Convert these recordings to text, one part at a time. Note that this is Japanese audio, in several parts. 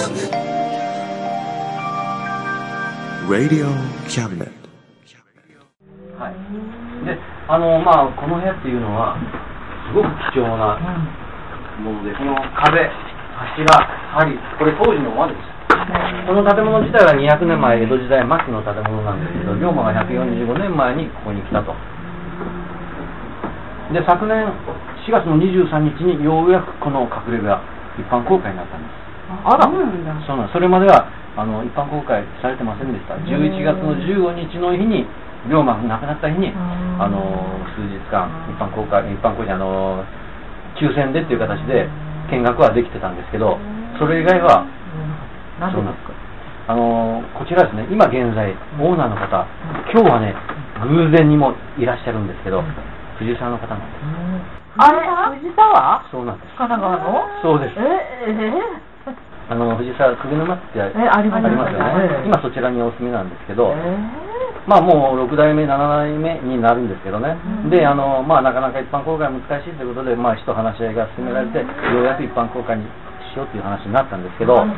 Radio Cabinet。 はい。で、まあこの部屋っていうのはすごく貴重なもので、この壁、柱、梁、これ当時のままです。この建物自体は200年前、江戸時代末期の建物なんですけど、龍馬が145年前にここに来たと。で、昨年4月の23日にようやくこの隠れ家が一般公開になったんです。 あら、 そうなんです。それまでは一般公開されてませんでした。11月の15日の日に、龍馬が亡くなった日に、数日間一般公開抽選でっていう形で見学はできてたんですけど、それ以外は、 何でですか？ こちらですね、今現在オーナーの方、今日はね偶然にもいらっしゃるんですけど、藤沢の方なんです。 あれ、藤沢？ そうなんです。 神奈川の？ そうです。藤沢鵠沼ってありますよね。今そちらにお住みなんですけど、まあもう6代目、7代目になるんですけどね。で、まあなかなか一般公開難しいということで、まあ一話し合いが進められて、ようやく一般公開にしようという話になったんですけど、はい。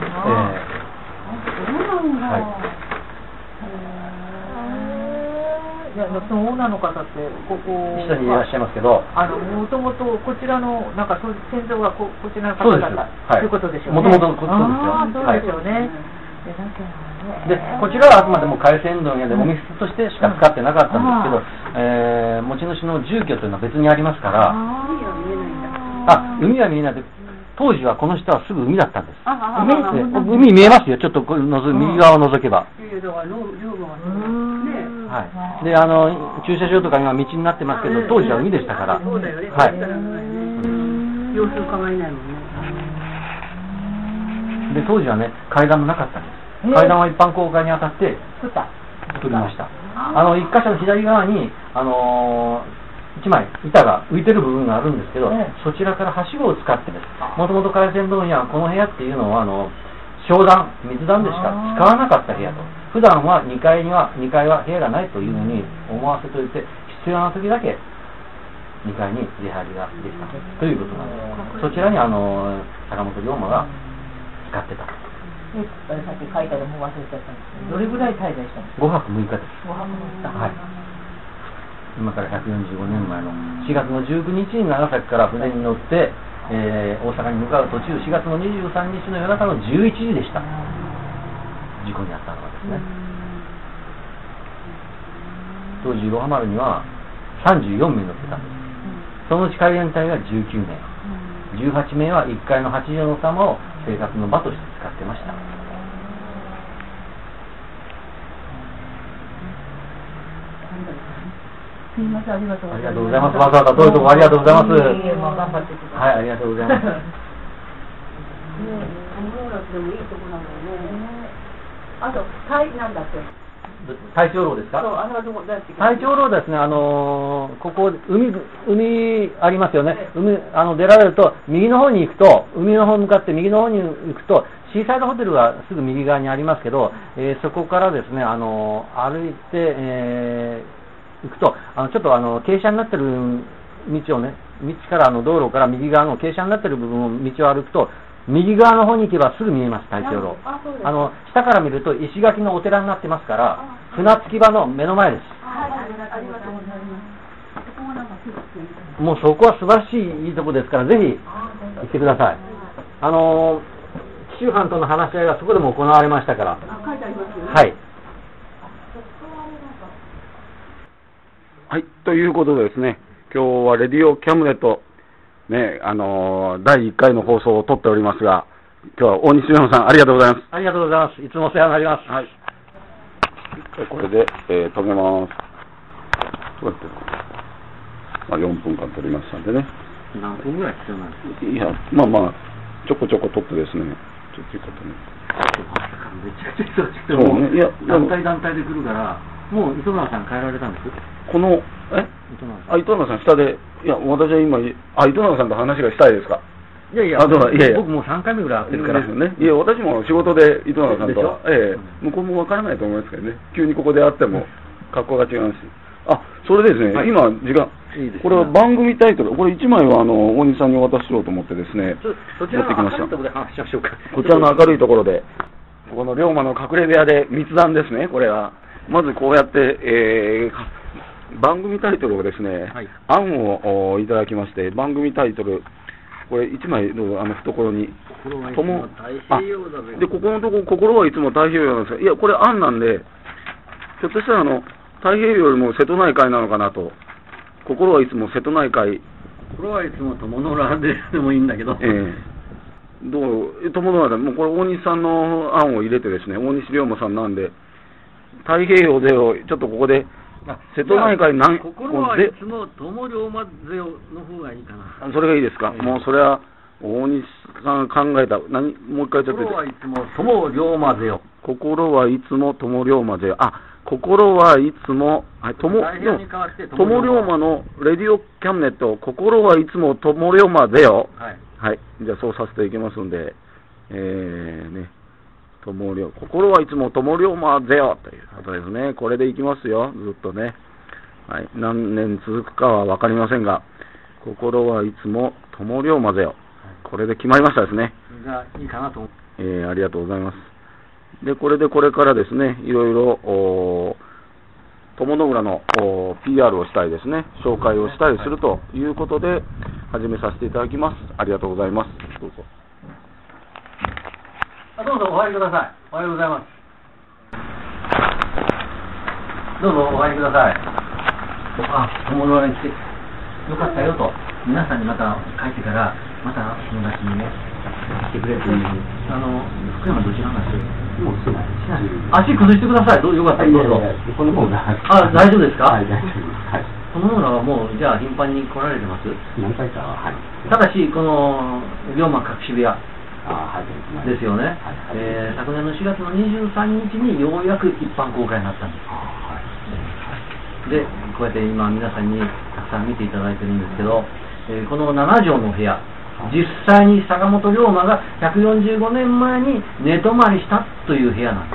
いや、そのオーナーの方ってここ下にいらっしゃいますけど、 もともとこちらのなんか先祖がこちらの方々ということでしょうね。 もともとこっちそうですよね。 で、こちらはあくまでも海鮮問屋でお店としてしか使ってなかったんですけど、持ち主の住居というのは別にありますから、海は見えないで、当時はこの下はすぐ海だったんです。海見えますよ、ちょっと右側を覗けば。はい。で、駐車場とか今道になってますけど、当時は海でしたから。はい。 様子伺えないもんね。 で、当時はね、階段もなかったんです。階段は一般公開にあたって作りました。一箇所の左側に、一枚板が浮いてる部分があるんですけど、そちらからはしごを使ってです。もともと海鮮問屋はこの部屋っていうのは商談、密談でしか使わなかった部屋と。普段は2階は部屋がないというふうに思わせておいて、必要な時だけ2階に出入りができたということなんです。そちらに坂本龍馬が使ってた。 さっき書いたらもう忘れちゃったんですけど、どれぐらい滞在したんですか？ 5 泊6日です。 5泊6日。 はい。今から145年前の4月の19日に長崎から船に乗って、大阪に向かう途中、4月の23日の夜中の11時でした。事故に遭ったのはですね。当時、いろは丸には34名乗ってたんです。そのうち海援隊が19名。18名は1階の8畳の釜を生活の場として使ってました。 すみません、ありがとうございます。 わざわざ遠いところありがとうございます。 頑張ってください。 はい、ありがとうございます。 でもいいとこなんだよね。あと、なんだっけ。 大長老ですか？ そう、どこだって。 大長老ですね、ここ、海ありますよね。出られると、右の方に行くと、海の方に向かって右の方に行くと、シーサイドホテルがすぐ右側にありますけど、そこからですね、歩いて、行くと、ちょっと傾斜になってる道をね、道から道路から右側の傾斜になってる部分を道を歩くと、右側の方に行けばすぐ見えます、大長老。下から見ると石垣のお寺になってますから、船着き場の目の前です。もうそこは素晴らしいいいとこですから、ぜひ行ってください。紀州藩との話し合いがそこでも行われましたから。はい。 はい、ということでですね、今日はレディオキャムネット、ね、第1回の放送を撮っておりますが、今日は大西美穂さん、ありがとうございます。 ありがとうございます。いつもお世話になります。はい。 これで、止めます。どうやってまあ、4分間撮りましたんでね。 何分ぐらい必要なんですか？ いや、まあまあ、ちょこちょこ撮ってですね、ちょっということね。 めちゃくちゃ忙しくて、もう、いや、団体で来るから、もう糸村さん帰られたんです。 糸村さん下で、いや、私は今、糸村さんと話がしたいですか？ いやいや、僕もう3回目ぐらい会ってるから。 ですね。いや、私も仕事で糸村さんとは、向こうもわからないと思いますけどね、急にここで会っても格好が違うし。あ、それでですね、今、時間、 いいですね。 これは番組タイトル、これ1枚は大西さんにお渡ししようと思ってですね、 そちらの明るいところで話しましょうか。 こちらの明るいところで、この龍馬の隠れ部屋で密談ですね、これは。まずこうやって、番組タイトルをですね、 はい、 案をいただきまして、番組タイトル、これ1枚どうぞ、懐に。 心はいつも太平洋だぜ。 で、ここのとこ、心はいつも太平洋なんですが、いや、これ案なんで、ひょっとしたら太平洋よりも瀬戸内海なのかなと。心はいつも瀬戸内海。 心はいつも友の浦でもいいんだけど。 どう、友の浦で、もうこれ大西さんの案を入れてですね、大西龍馬さんなんで、太平洋でを、ちょっとここで、瀬戸内海心はいつも友龍馬ぜよの方がいいかな。 それがいいですか。もうそれは、大西さんが考えた。もう一回ちょっと。 心はいつも友龍馬ぜよ。 心はいつも友龍馬ぜよ。心はいつも、友龍馬のレディオキャムネット、心はいつも友龍馬ぜよ。 はい。 はい。じゃあそうさせていきますんで、心はいつも友龍馬ぜよということですね。これでいきますよ、ずっとね。はい。何年続くかはわかりませんが、心はいつも友龍馬ぜよ。これで決まりましたですね。 それがいいかなと思う。ありがとうございます。で、これでこれからですね、いろいろ、友の浦のPR をしたいですね、紹介をしたりするということで、始めさせていただきます。ありがとうございます。どうぞ。 どうぞお入りください。おはようございます。どうぞお入りください。友の浦に来てよかったよと、皆さんにまた帰ってから、また友達にね、来てくれという、福山どちらなんですか？ もうすぐ足崩してください。よかったらどうぞ。 この方が大丈夫ですか？ はい、大丈夫です。はい。 この村はもうじゃあ頻繁に来られてます？ 何回かは、はい。 ただしこの龍馬隠し部屋ですよね。昨年の4月の23日にようやく一般公開になったんです。で、こうやって今皆さんにたくさん見ていただいてるんですけど、この7畳の部屋、実際に坂本龍馬が145年前に寝泊まりしたという部屋なんです。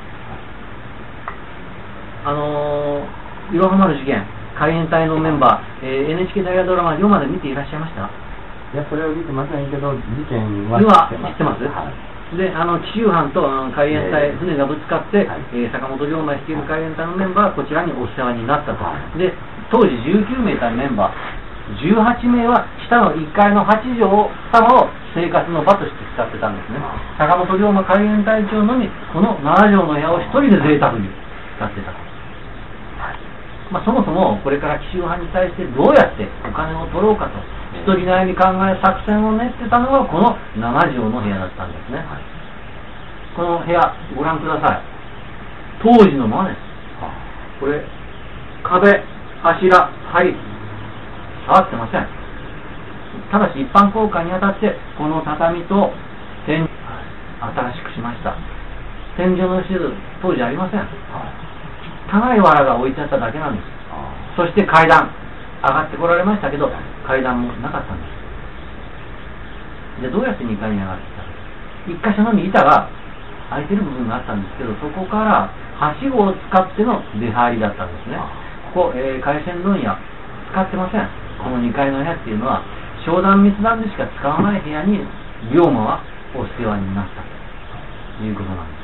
いろはまる事件、海援隊のメンバー、NHK 大河ドラマ龍馬で見ていらっしゃいました？ いや、それを見てませんけど、事件は知ってます。で、紀州藩と海援隊、船がぶつかって、坂本龍馬率いる海援隊のメンバーはこちらにお世話になったと。で、当時19名いたメンバー、18名は下の1階の8畳様を生活の場として使ってたんですね。坂本龍馬海援隊長のみ、この7畳の部屋を1人で贅沢に使ってたと。そもそもこれから紀州藩に対してどうやってお金を取ろうかと一人なりに考え作戦を練ってたのがこの7畳の部屋だったんですね。この部屋ご覧ください。当時のままです。これ壁、柱、梁触ってません。ただし一般公開にあたってこの畳と天井新しくしました。天井のシール当時ありません。高い藁が置いてあっただけなんです。そして階段上がってこられましたけど階段もなかったんです。でどうやって2階に上がってきたか。1箇所のみ板が空いてる部分があったんですけど、そこからはしごを使っての出入りだったんですね。ここ、海鮮問屋使ってません。この2階の部屋っていうのは商談密談でしか使わない部屋に龍馬はお世話になったということなんです。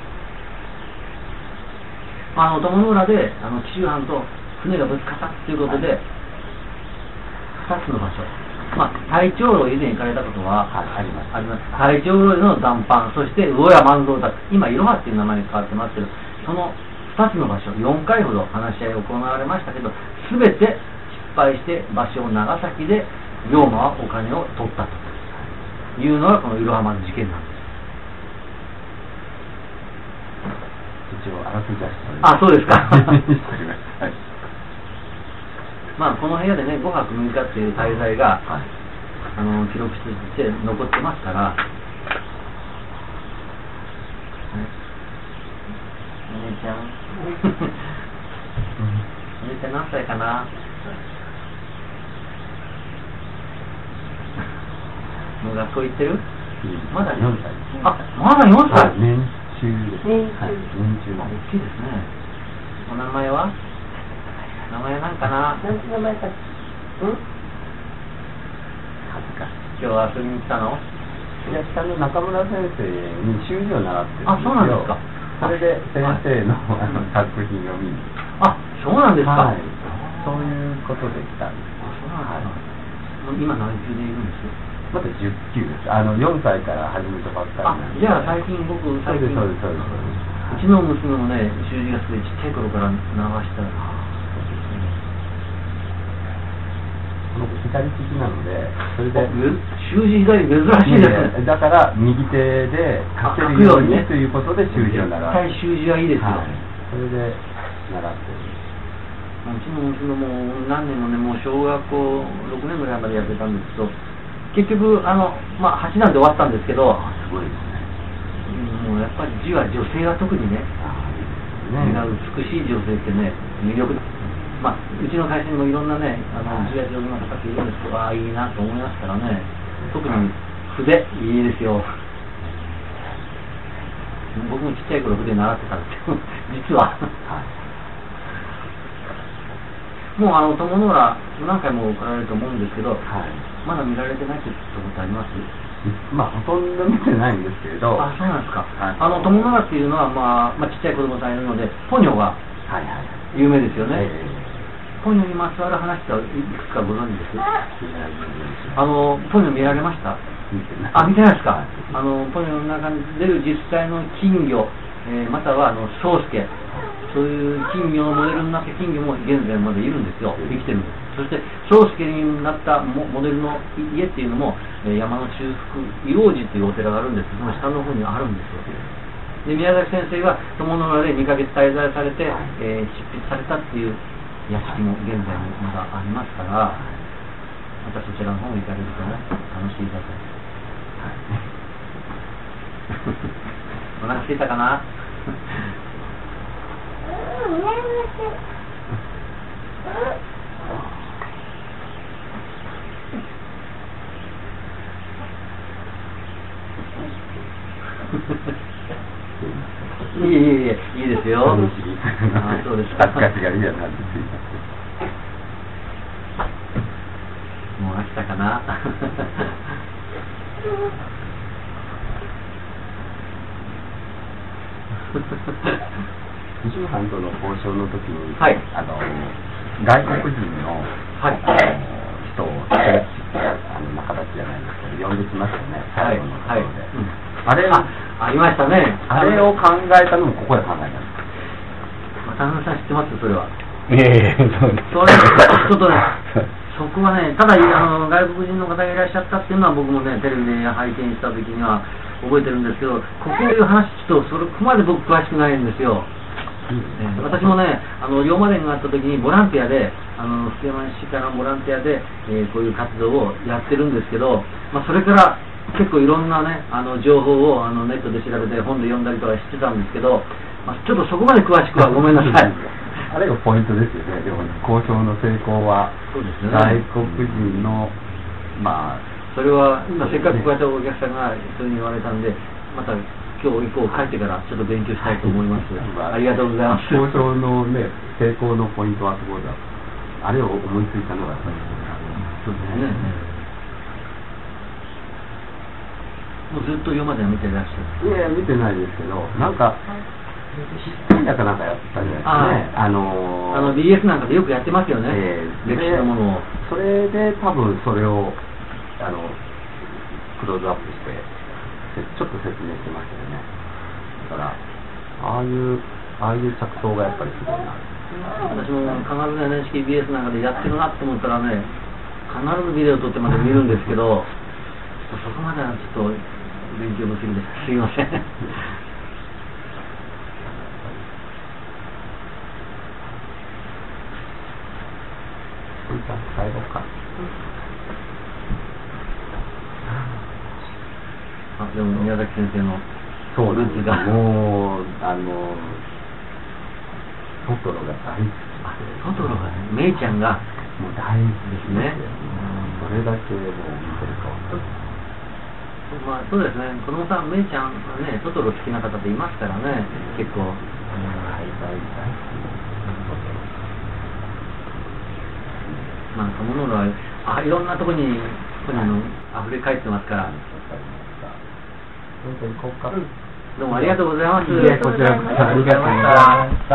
友の浦で紀州藩と船がぶつかったということで2つの場所、太長路以前行かれたことはあります。太長路の残飯、そして魚屋万蔵宅、今いろはっていう名前に変わってますけど、その2つの場所4回ほど話し合いが行われましたけど、全て失敗して場所を長崎で龍馬はお金を取ったというのがこのいろは丸事件なんです。そうですか。この部屋でね、5泊6日っていう滞在が、記録して残ってますから、お姉ちゃんお姉ちゃん何歳かな。もう学校行ってる？まだ4歳。まだ4歳。年中です。年中。大きいですね。お名前は？名前なんかな。 何て名前か。 恥ずかしい。 今日は遊びに来たの？ いや、下の中村先生に習字を習ってるんですよ。 あ、そうなんですか。 それで先生の、作品を見に。 あ、そうなんですか。 はい。そういうことで来たんです。 そうなんですか。今何級でいるんです？ まだ10級です。4歳から始めたばっかりなんで。 じゃあ最近僕、 そうです、そうです、そうです。 うちの娘もね、習字がすごいちっちゃい頃から流した。 僕左利きなので、それで習字左珍しいですね。 だから右手で書けるようにということで習字を習う。 絶対習字はいいですよ。 それで習ってる。 うちの娘も何年もね、もう小学校6年ぐらいまでやってたんですけど、結局8段で終わったんですけど、 すごいですね。 もうやっぱり字は女性は特にね、美しい女性ってね、魅力。うちの会社にもいろんなね、字が上手な方っているんですけど、いいなと思いますからね、特に筆、いいですよ。僕もちっちゃい頃筆習ってたんですけど、実は。もう友の浦、何回も来られると思うんですけど、まだ見られてないってことあります？ ほとんど見てないんですけれど。 あ、そうなんですか。友の浦っていうのは、ちっちゃい子供さんいるので、ポニョが有名ですよね。ポニョにまつわる話っていくつかご存知です？ポニョ見られました？見てないですか。ポニョの中に出る実際の金魚、または宗介、そういう金魚のモデルになった金魚も現在までいるんですよ。生きてるんです。そして宗介になったモデルの家っていうのも、山の中腹伊王寺っていうお寺があるんですけど、下の方にあるんですよ。で、宮崎先生が友の浦で2ヶ月滞在されて、執筆されたっていう屋敷も現在もまだありますから、またそちらの方に行かれるとね、楽しいだと。お腹すいたかな？いいですよ。そうですか。 恥ずかしがりやなってついもう飽きたかな。 西野さんとの交渉の時に、 はい、 外国人の、人を仲立ちじゃないですけど呼んできましたよね、最後のところで。 ありましたね。 あれを考えたのもここで考えたんですか？ 田中さん知ってますそれは。 そうです。 それちょっとね、そこはね、ただ外国人の方がいらっしゃったっていうのは僕もね、テレビで拝見した時には覚えてるんですけど、こういう話ちょっとそこまで僕詳しくないんですよ。私もね、龍馬伝があった時にボランティアで、福山市からボランティアで、こういう活動をやってるんですけど、それから結構いろんなね、情報をネットで調べて本で読んだりとかしてたんですけど、ちょっとそこまで詳しくはごめんなさい。 あれがポイントですよね。でも交渉の成功は、そうですね、外国人のそれは今せっかくこうやってお客さんがそういうふうに言われたんで、また今日以降帰ってからちょっと勉強したいと思います。ありがとうございます。 交渉のね、成功のポイントはそこだ。あれを思いついたのがやっぱりそうですね。もうずっと今までは見てらっしゃる。 いや見てないですけど、なんかヒットかなんかやったじゃないですかね。 BS なんかでよくやってますよね。歴史のものを。 それで多分それをクローズアップしてちょっと説明してましたよね。だからああいう着想がやっぱりすごいな。 私も必ず NHKBS なんかでやってるなと思ったらね、必ずビデオ撮ってまで見るんですけど、そこまではちょっと勉強不足です。すいません。 最後か。 でも宮崎先生のルーツがもうトトロが大好き。 トトロがね、メイちゃんがもう大好きですね。それだけもう見てると。 そうですね。子供さん、メイちゃんはね、トトロ好きな方っていますからね、結構。 大好き。 まあ、友の浦は、いろんなところに、溢れ返ってますから。どうもありがとうございます。 こちらこそありがとうございました。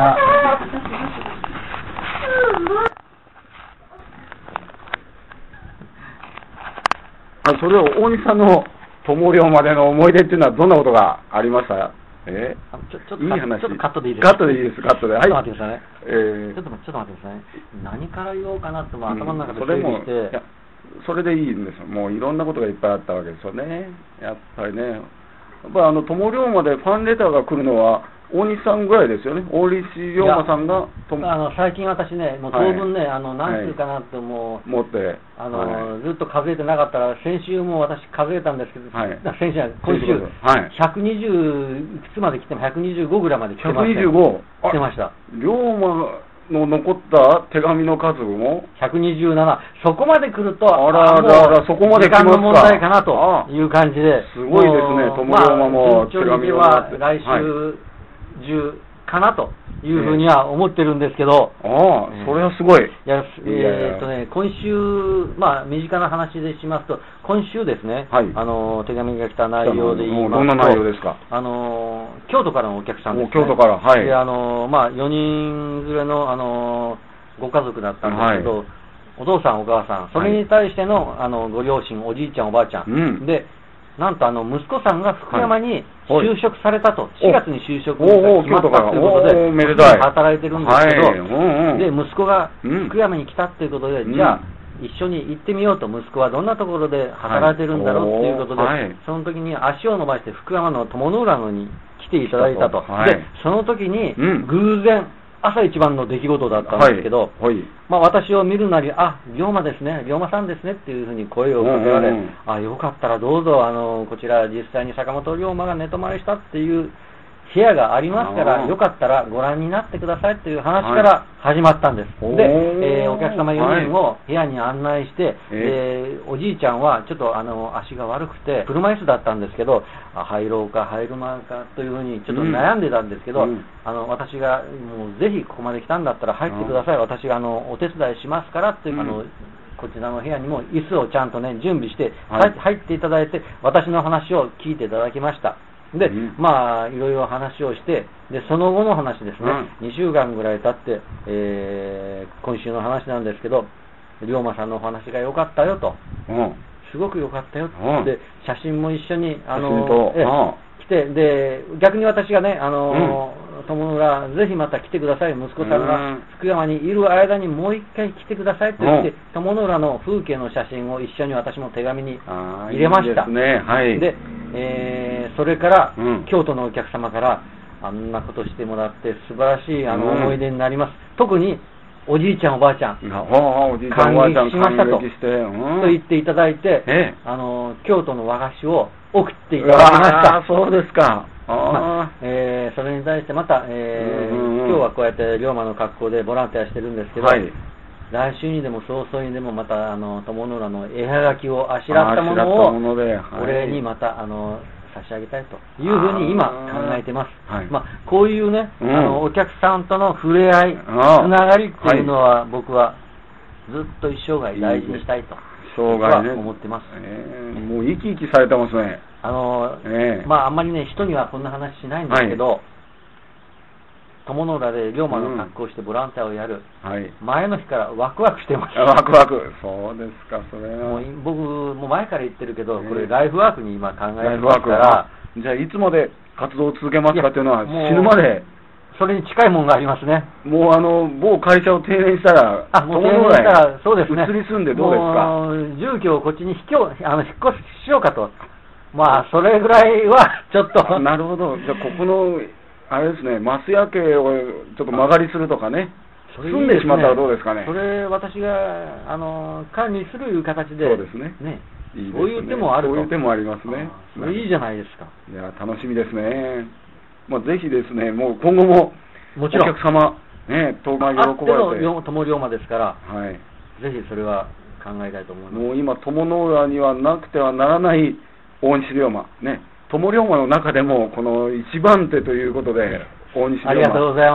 それを大西さんの友漁までの思い出っていうのはどんなことがありました？ ちょっといい話。 ちょっとカットでいいですか？ カットでいいです、カットで。はい。 ちょっと待ってくださいね。ちょっと待ってくださいね。何から言おうかなと、頭の中で整理して。 それでいいんですよ。もういろんなことがいっぱいあったわけですよね。やっぱりね。やっぱ友龍馬でファンレターが来るのは大西さんぐらいですよね。大西龍馬さんが最近私ね、もう当分ね、何週かなって思って、ずっと数えてなかったら、先週も私数えたんですけど、先週は今週、120いくつまで来ても125ぐらいまで来てました。 125? 来てました。 龍馬の残った手紙の数も 127、そこまで来ると、 そこまで来ますか。 時間の問題かなという感じで、 すごいですね、友龍馬も手紙をは来週中かなというふうには思ってるんですけど、 それはすごい。 今週、身近な話でしますと、今週ですね、手紙が来た内容で言いますと、 どんな内容ですか？ 京都からのお客さんですね。 京都から、はい。 で、4人連れの、ご家族だったんですけど、お父さん、お母さん、それに対しての、ご両親、おじいちゃん、おばあちゃん。で、なんと息子さんが福山に就職されたと、4月に就職が決まったということで、働いてるんですけど、で、息子が福山に来たということで、じゃあ、一緒に行ってみようと、息子はどんなところで働いてるんだろうということで、その時に足を伸ばして福山の友の浦野に来ていただいたと。で、その時に偶然、朝一番の出来事だったんですけど、私を見るなり、龍馬ですね、龍馬さんですねっていうふうに声をかけられ、よかったらどうぞ、こちら実際に坂本龍馬が寝泊まりしたっていう部屋がありますから、よかったらご覧になってくださいという話から始まったんです。で、お客様4人を部屋に案内して、おじいちゃんはちょっと足が悪くて、車椅子だったんですけど、入ろうか入るまいかというふうにちょっと悩んでたんですけど、私がもうぜひここまで来たんだったら入ってください、私がお手伝いしますからっていう、こちらの部屋にも椅子をちゃんとね、準備して、入っていただいて、私の話を聞いていただきました。で、いろいろ話をして、で、その後の話ですね、2週間ぐらい経って、今週の話なんですけど、龍馬さんのお話が良かったよと、すごく良かったよと、で、写真も一緒に、来て、で、逆に私がね、友の浦、ぜひまた来てください、息子さんが福山にいる間にもう一回来てくださいと言って、友の浦の風景の写真を一緒に私も手紙に入れました。で、それから、京都のお客様からあんなことしてもらって素晴らしい思い出になります。特におじいちゃんおばあちゃん、感激しましたと言っていただいて、京都の和菓子を送っていただきました。 そうですか。 それに対してまた、今日はこうやって龍馬の格好でボランティアしてるんですけど、来週にでも早々にでもまた友の浦の絵はがきをあしらったものをお礼にまた差し上げたいというふうに今考えてます。こういうね、お客さんとの触れ合い、つながりっていうのは僕はずっと一生涯大事にしたいと思ってます。 もう生き生きされてますね。 あんまりね、人にはこんな話しないんですけど、友の浦で龍馬の格好をしてボランティアをやる、前の日からワクワクしてました。 ワクワク、そうですか、それは。 僕、もう前から言ってるけど、これ、ライフワークに今考えてますから、 じゃあ、いつまで活動を続けますかっていうのは、死ぬまで。 それに近いものがありますね。 もう某会社を定年したら、 友の浦へそうですね、 移り住んでどうですか。 住居をこっちに引っ越ししようかと。それぐらいは、ちょっと。 なるほど。じゃあ、ここの、あれですね、増屋家をちょっと間借りするとかね、住んでしまったらどうですかね。 それ、私が管理するいう形で、 そうですね。 そういう手もあると。 そういう手もありますね。 それいいじゃないですか。 いや、楽しみですね。ぜひですね、もう今後もお客様、当番喜ばれて。 友龍馬ですから、ぜひそれは考えたいと思います。 もう今、友の浦にはなくてはならない大西龍馬、友龍馬の中でもこの一番手ということで、大西龍馬。 ありがとうございます。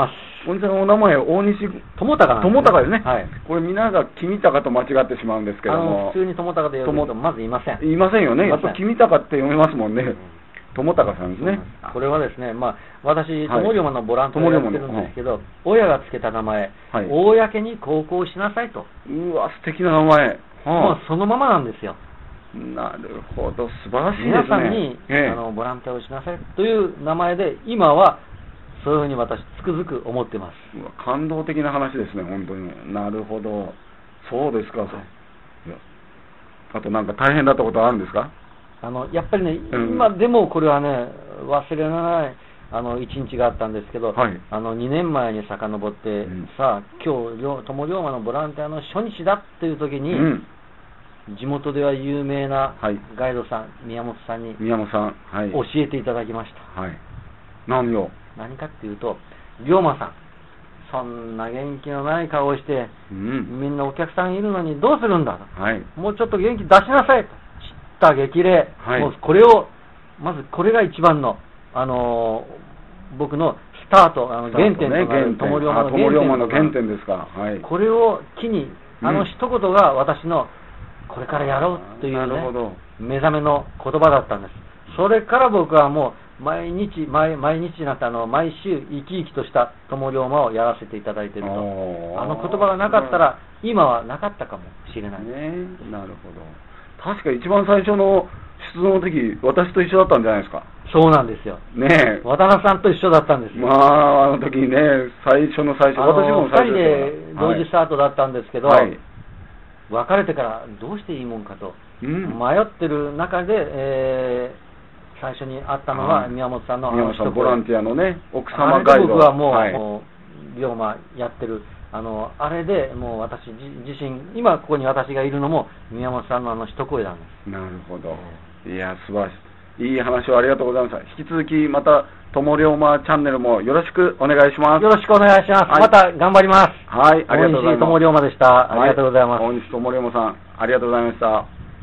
大西さんのお名前、大西友高なんですね。 友高ですね。 はい。 これ皆が君高と間違ってしまうんですけども。 普通に友高で呼ぶ人まずいません。 いませんよね。 いませんやっぱ君高って読めますもんね。友高さんですね。 これはですね、私、友龍馬のボランティアをやってるんですけど、親がつけた名前、公に高校しなさいと。 うわ、素敵な名前。 もうそのままなんですよ。 なるほど、素晴らしいですね。 皆さんに、ボランティアをしなさいという名前で、今はそういうふうに私、つくづく思ってます。 感動的な話ですね、本当に。なるほど。そうですか。あとなんか大変だったことあるんですか？ やっぱりね、今でもこれはね、忘れられない一日があったんですけど、2年前に遡って、さあ、今日、友龍馬のボランティアの初日だっていう時に、地元では有名なガイドさん、宮本さんに教えていただきました。 何を？ 何かっていうと、龍馬さん、そんな元気のない顔をして、みんなお客さんいるのにどうするんだと、もうちょっと元気出しなさいと、叱咤激励、もうこれを、まずこれが一番の、僕のスタート、原点となる友龍馬の原点ですか。これを機に、一言が私のこれからやろうという、ね、目覚めの言葉だったんです。それから僕はもう毎日になって毎週生き生きとした友龍馬をやらせていただいていると。言葉がなかったら今はなかったかもしれない。 なるほど。確か一番最初の出動の時、私と一緒だったんじゃないですか。 そうなんですよ。 ねえ。 渡辺さんと一緒だったんですよ。 あの時にね、最初の最初、私も最初 2人で同時スタートだったんですけど、別れてからどうしていいもんかと、迷ってる中で、最初に会ったのが宮本さんのボランティアのね、奥様ガイド。 僕はもう、龍馬やってる。あれでもう私自身、今ここに私がいるのも宮本さんの一声なんです。 なるほど。いや、素晴らしい。いい話をありがとうございました。引き続きまた友龍馬チャンネルもよろしくお願いします。 よろしくお願いします。また頑張ります。 はい、ありがとうございます。 大西友龍馬でした。ありがとうございます。 大西友龍馬さん、ありがとうございました。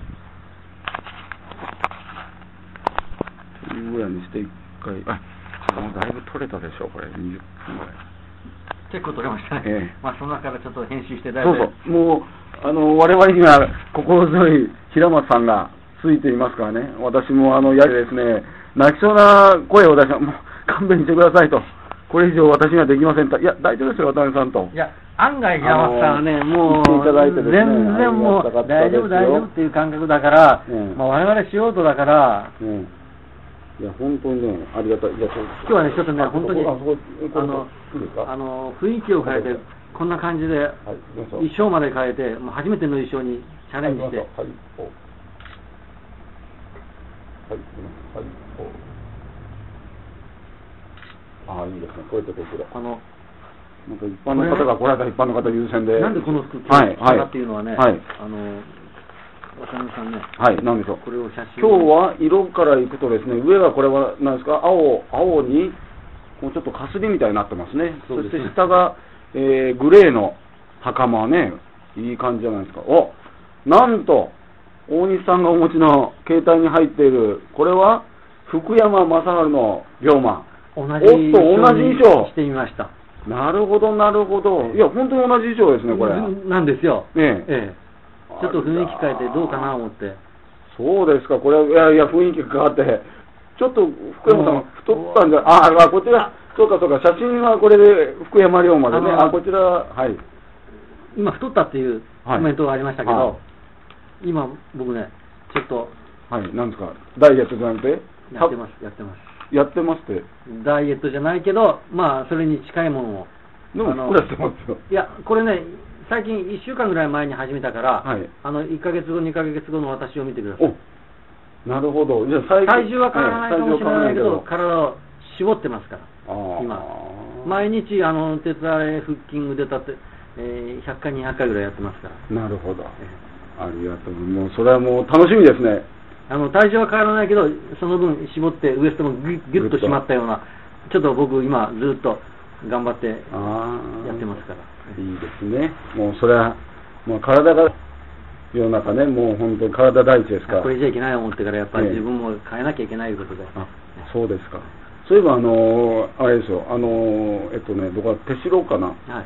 というぐらいにして一回、もうだいぶ取れたでしょう、これ、20分ぐらい。 結構取れましたね。その中からちょっと編集してだいぶ。 もう、我々には心強い平松さんがついていますからね、私もやれですね、泣きそうな声を出した、もう勘弁してくださいと、これ以上私にはできませんと、いや、大丈夫ですよ、渡辺さんと。 いや、案外、平松さんはね、もう、全然もう、大丈夫、大丈夫っていう感覚だから、我々素人だから、 いや、本当にね、ありがたい。 今日はね、ちょっとね、本当に、雰囲気を変えて、こんな感じで、衣装まで変えて、初めての衣装にチャレンジして。 いいですね、こういうところ。なんか一般の方が来られたら一般の方優先で。 なんでこの服着たかっていうのはね、渡辺さんね。 なんでしょう。 これを写真。 今日は色からいくとですね、上はこれは何ですか、青に、もうちょっとかすりみたいになってますね。そして下が、グレーの袴ね、いい感じじゃないですか。なんと、大西さんがお持ちの携帯に入っている、これは福山雅治の龍馬。 同じ衣装してみました。 なるほど、なるほど。いや、本当に同じ衣装ですね、これ。 なんですよ。ちょっと雰囲気変えてどうかな思って。 そうですか、これは、いや、雰囲気が変わって、ちょっと福山さん太ったんじゃ、こちら、そうか、写真はこれで福山龍馬でね、こちら、 今、太ったっていうコメントがありましたけど、今、僕ね、ちょっと。 なんですか、ダイエットじゃなくてやってます。 やってますって。 ダイエットじゃないけど、それに近いものを。 でも、これやってますよ。 いや、これね、最近1週間ぐらい前に始めたから、1ヶ月後、2ヶ月後の私を見てください。 なるほど。じゃあ体重は変わらないかもしれないけど、体を絞ってますから、今。毎日、鉄アレ、腹筋腕立て、100回、200回ぐらいやってますから。 なるほど。ありがとう。もう、それはもう楽しみですね。 体重は変わらないけど、その分絞ってウエストもギュッと締まったような、ちょっと僕今ずっと頑張ってやってますから。 いいですね。もうそれは、もう体が世の中ね、もう本当に体第一ですから。 これじゃいけないと思ってから、やっぱり自分も変えなきゃいけないということで。 そうですか。 そういえばあれですよ、どこか手代かな、 はい、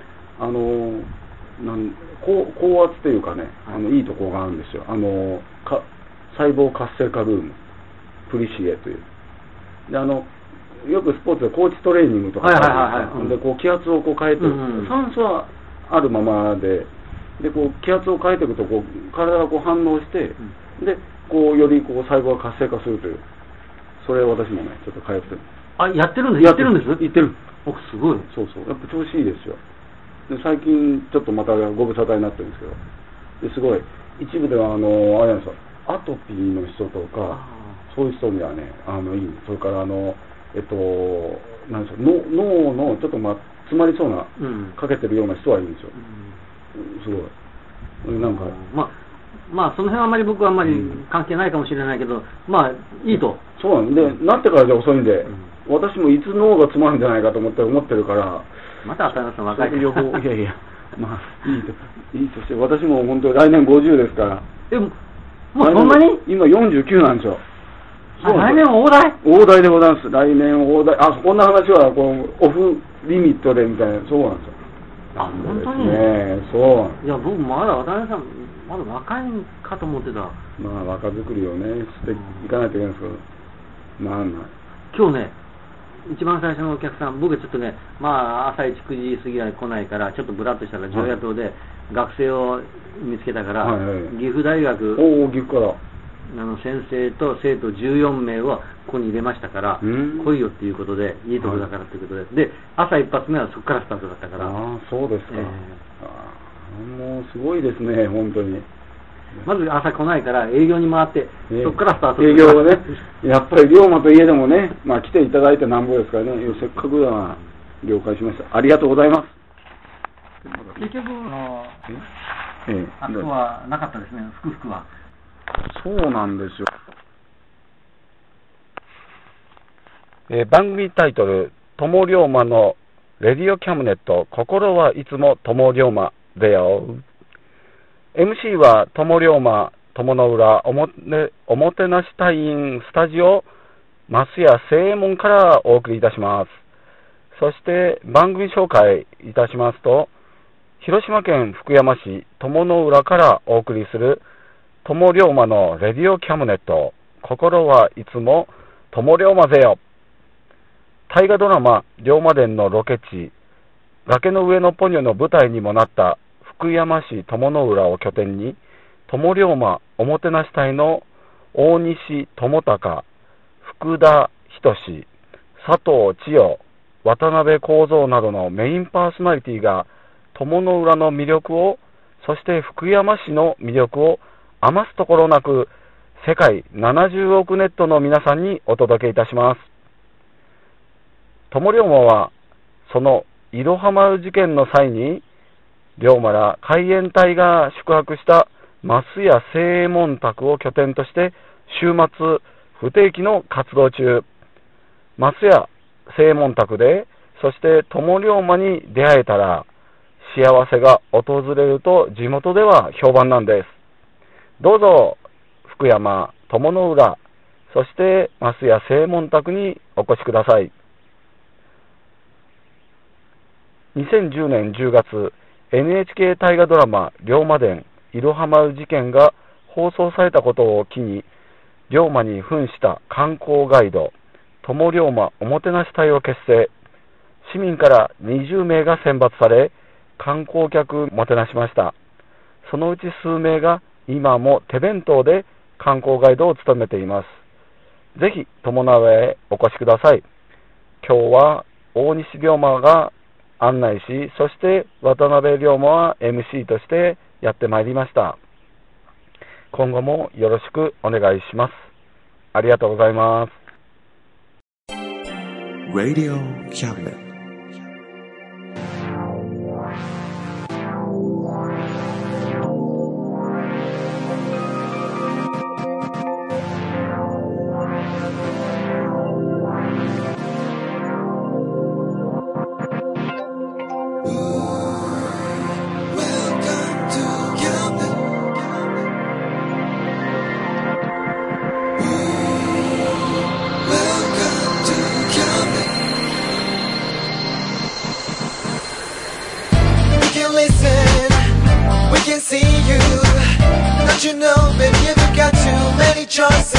高圧っていうかね、いいところがあるんですよ。細胞活性化ルーム、プリシエという。でよくスポーツでコーチトレーニングとかでこう気圧をこう変えて、酸素はあるままでこう気圧を変えていくとこう体がこう反応して、でこうよりこう細胞が活性化するという、それ私もねちょっと通ってる。 やってるんです。やってるんです。 言ってる。 すごい。 そうそう。やっぱ調子いいですよ。で最近ちょっとまたご無沙汰になってるんですけど、ですごい一部ではあれなんですよ、アトピーの人とかそういう人にはねいい。それからなんでしょう、脳のちょっと詰まりそうな、かけてるような人はいいんですよ。すごい。なんかまあその辺はあまり僕はあんまり関係ないかもしれないけど、いいと。 そうなんで、なってからじゃ遅いんで、私もいつ脳が詰まるんじゃないかと思ってるから。 また浅野さん若いから。 いやいや、いいとして、私も本当に来年50ですから。 もうそんなに？ 今49なんですよ。 来年大台？ 大台でございます。来年大台。こんな話はオフリミットでみたいな、そうなんですよ。 本当に？ そう。 いや、僕まだ渡辺さん、まだ若いかと思ってた。 若作りをね、していかないといけないんですけど、 今日ね、一番最初のお客さん、僕ちょっとね、朝1、9時過ぎは来ないから、ちょっとブラッとしたら、常夜灯で学生を見つけたから、岐阜大学、 岐阜から先生と生徒14名をここに入れましたから、来いよっていうことで、いいとこだからっていうことで、朝一発目はそこからスタートだったから。 そうですか。もうすごいですね、本当に。 まず朝来ないから営業に回って、そこからスタート。 営業がね、やっぱり龍馬といえどもね、来ていただいてなんぼですからね、せっかくだな、了解しました。ありがとうございます。 結局あそこはなかったですね、福々は。 そうなんですよ。番組タイトル、友龍馬のレディオキャムネット、心はいつも友龍馬でよ。MC は友龍馬、友の浦おもてなし隊員スタジオ増屋正右衛門からお送りいたします。そして番組紹介いたしますと、広島県福山市友の浦からお送りする友龍馬のレディオキャムネット、心はいつも友龍馬ぜよ。大河ドラマ龍馬伝のロケ地、崖の上のポニョの舞台にもなった福山市友の浦を拠点に、友龍馬おもてなし隊の大西智隆、福田仁、佐藤千代、渡辺幸三などのメインパーソナリティが友の浦の魅力を、そして福山市の魅力を余すところなく世界70億ネットの皆さんにお届けいたします。友龍馬はそのいろは丸事件の際に龍馬ら海援隊が宿泊した増屋正右衛門宅を拠点として週末不定期の活動中、増屋正右衛門宅で、そして友龍馬に出会えたら幸せが訪れると地元では評判なんです。どうぞ福山、友の浦、そして増屋正右衛門宅にお越しください。2010年10月、NHK 大河ドラマ龍馬伝いろは丸事件が放送されたことを機に、龍馬に扮した観光ガイド友龍馬おもてなし隊を結成。市民から20名が選抜され、観光客もてなしました。そのうち数名が今も手弁当で観光ガイドを務めています。ぜひ友の浦へお越しください。今日は大西龍馬が案内し、そして渡辺龍馬は MC としてやってまいりました。今後もよろしくお願いします。ありがとうございます。 Radio Cabinet Welcome to Cabinet. Don't you know, baby, you've got too many choices.